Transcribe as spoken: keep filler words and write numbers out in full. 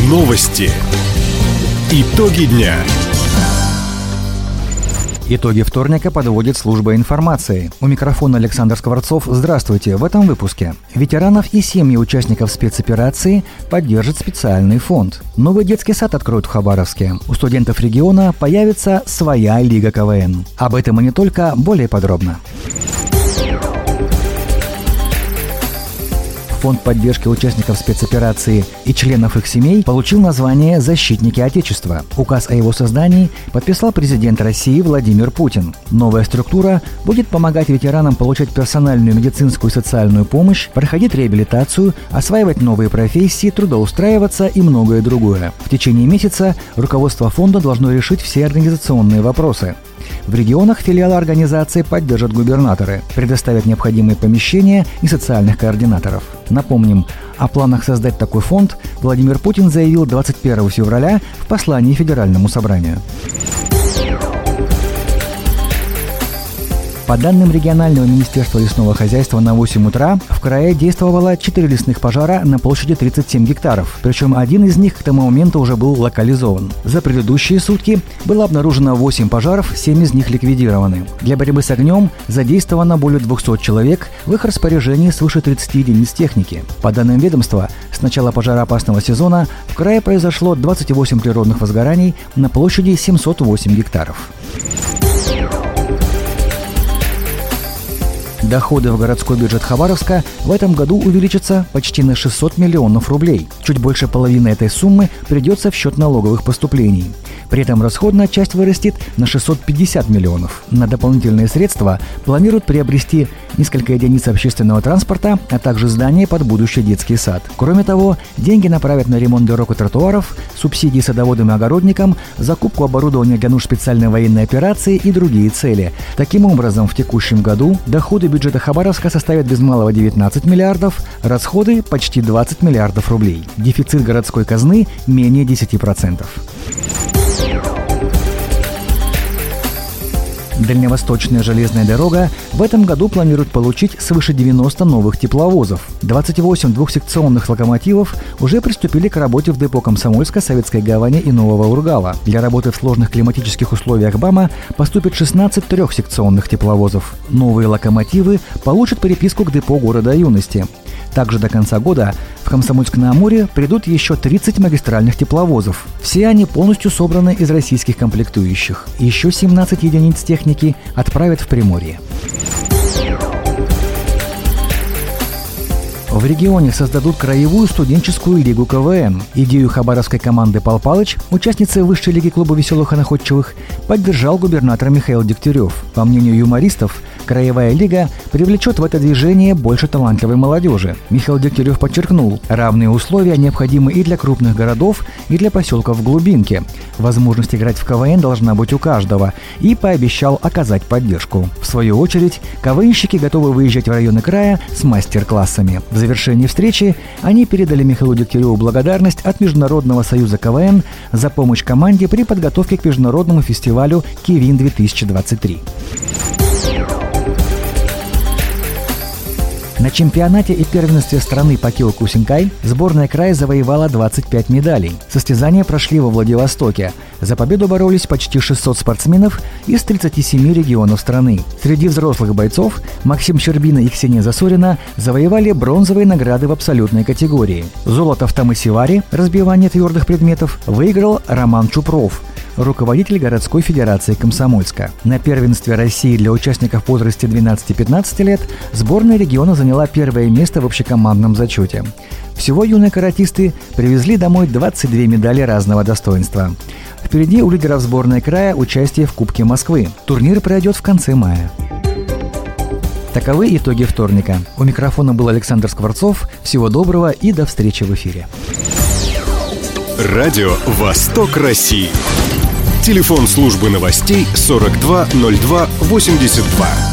Новости. Итоги дня. Итоги вторника подводит служба информации. У микрофона Александр Скворцов. Здравствуйте. В этом выпуске. Ветеранов и семьи участников спецоперации поддержит специальный фонд. Новый детский сад откроют в Хабаровске. У студентов региона появится своя лига КВН. Об этом и не только, более подробно. Фонд поддержки участников спецоперации и членов их семей получил название «Защитники Отечества». Указ о его создании подписал президент России Владимир Путин. Новая структура будет помогать ветеранам получать персональную медицинскую и социальную помощь, проходить реабилитацию, осваивать новые профессии, трудоустраиваться и многое другое. В течение месяца руководство фонда должно решить все организационные вопросы. В регионах филиалы организации поддержат губернаторы, предоставят необходимые помещения и социальных координаторов. Напомним, о планах создать такой фонд Владимир Путин заявил двадцать первого февраля в послании Федеральному собранию. По данным регионального министерства лесного хозяйства, на восемь утра в крае действовало четыре лесных пожара на площади тридцать семь гектаров, причем один из них к тому моменту уже был локализован. За предыдущие сутки было обнаружено восемь пожаров, семь из них ликвидированы. Для борьбы с огнем задействовано более двухсот человек, в их распоряжении свыше тридцати единиц техники. По данным ведомства, с начала пожароопасного сезона в крае произошло двадцать восемь природных возгораний на площади семьсот восемь гектаров. Доходы в городской бюджет Хабаровска в этом году увеличатся почти на шестьсот миллионов рублей. Чуть больше половины этой суммы придется в счет налоговых поступлений. При этом расходная часть вырастет на шестьсот пятьдесят миллионов. На дополнительные средства планируют приобрести несколько единиц общественного транспорта, а также здание под будущий детский сад. Кроме того, деньги направят на ремонт дорог и тротуаров, субсидии садоводам и огородникам, закупку оборудования для нужд специальной военной операции и другие цели. Таким образом, в текущем году доходы бюджета Хабаровска составят без малого девятнадцать миллиардов, расходы – почти двадцать миллиардов рублей. Дефицит городской казны – менее десяти процентов. Дальневосточная железная дорога в этом году планирует получить свыше девяноста новых тепловозов. двадцать восемь двухсекционных локомотивов уже приступили к работе в депо Комсомольска, Советской Гавани и Нового Ургала. Для работы в сложных климатических условиях БАМа поступит шестнадцать трехсекционных тепловозов. Новые локомотивы получат приписку к депо города Юности. Также до конца года в Комсомольск-на-Амуре придут еще тридцать магистральных тепловозов. Все они полностью собраны из российских комплектующих. Еще семнадцать единиц техники отправят в Приморье. В регионе создадут краевую студенческую лигу КВН. Идею хабаровской команды «Пал Палыч», участницы высшей лиги клуба веселых и находчивых, поддержал губернатор Михаил Дегтярев. По мнению юмористов, краевая лига привлечет в это движение больше талантливой молодежи. Михаил Дегтярев подчеркнул, равные условия необходимы и для крупных городов, и для поселков в глубинке. Возможность играть в КВН должна быть у каждого, и пообещал оказать поддержку. В свою очередь, КВНщики готовы выезжать в районы края с мастер-классами. В завершении встречи они передали Михаилу Дегтяреву благодарность от Международного союза КВН за помощь команде при подготовке к международному фестивалю «Кивин-две тысячи двадцать три». На чемпионате и первенстве страны по киокусинкай сборная края завоевала двадцать пять медалей. Состязания прошли во Владивостоке. За победу боролись почти шестьсот спортсменов из тридцати семи регионов страны. Среди взрослых бойцов Максим Щербина и Ксения Засорина завоевали бронзовые награды в абсолютной категории. Золото в тамасиваре, разбивание твердых предметов, выиграл Роман Чупров, руководитель городской федерации Комсомольска. На первенстве России для участников в возрасте двенадцати-пятнадцати лет сборная региона заняла первое место в общекомандном зачете. Всего юные каратисты привезли домой двадцать две медали разного достоинства. Впереди у лидеров сборной края участие в Кубке Москвы. Турнир пройдет в конце мая. Таковы итоги вторника. У микрофона был Александр Скворцов. Всего доброго и до встречи в эфире. Радио «Восток России». Телефон службы новостей сорок два ноль два восемьдесят два.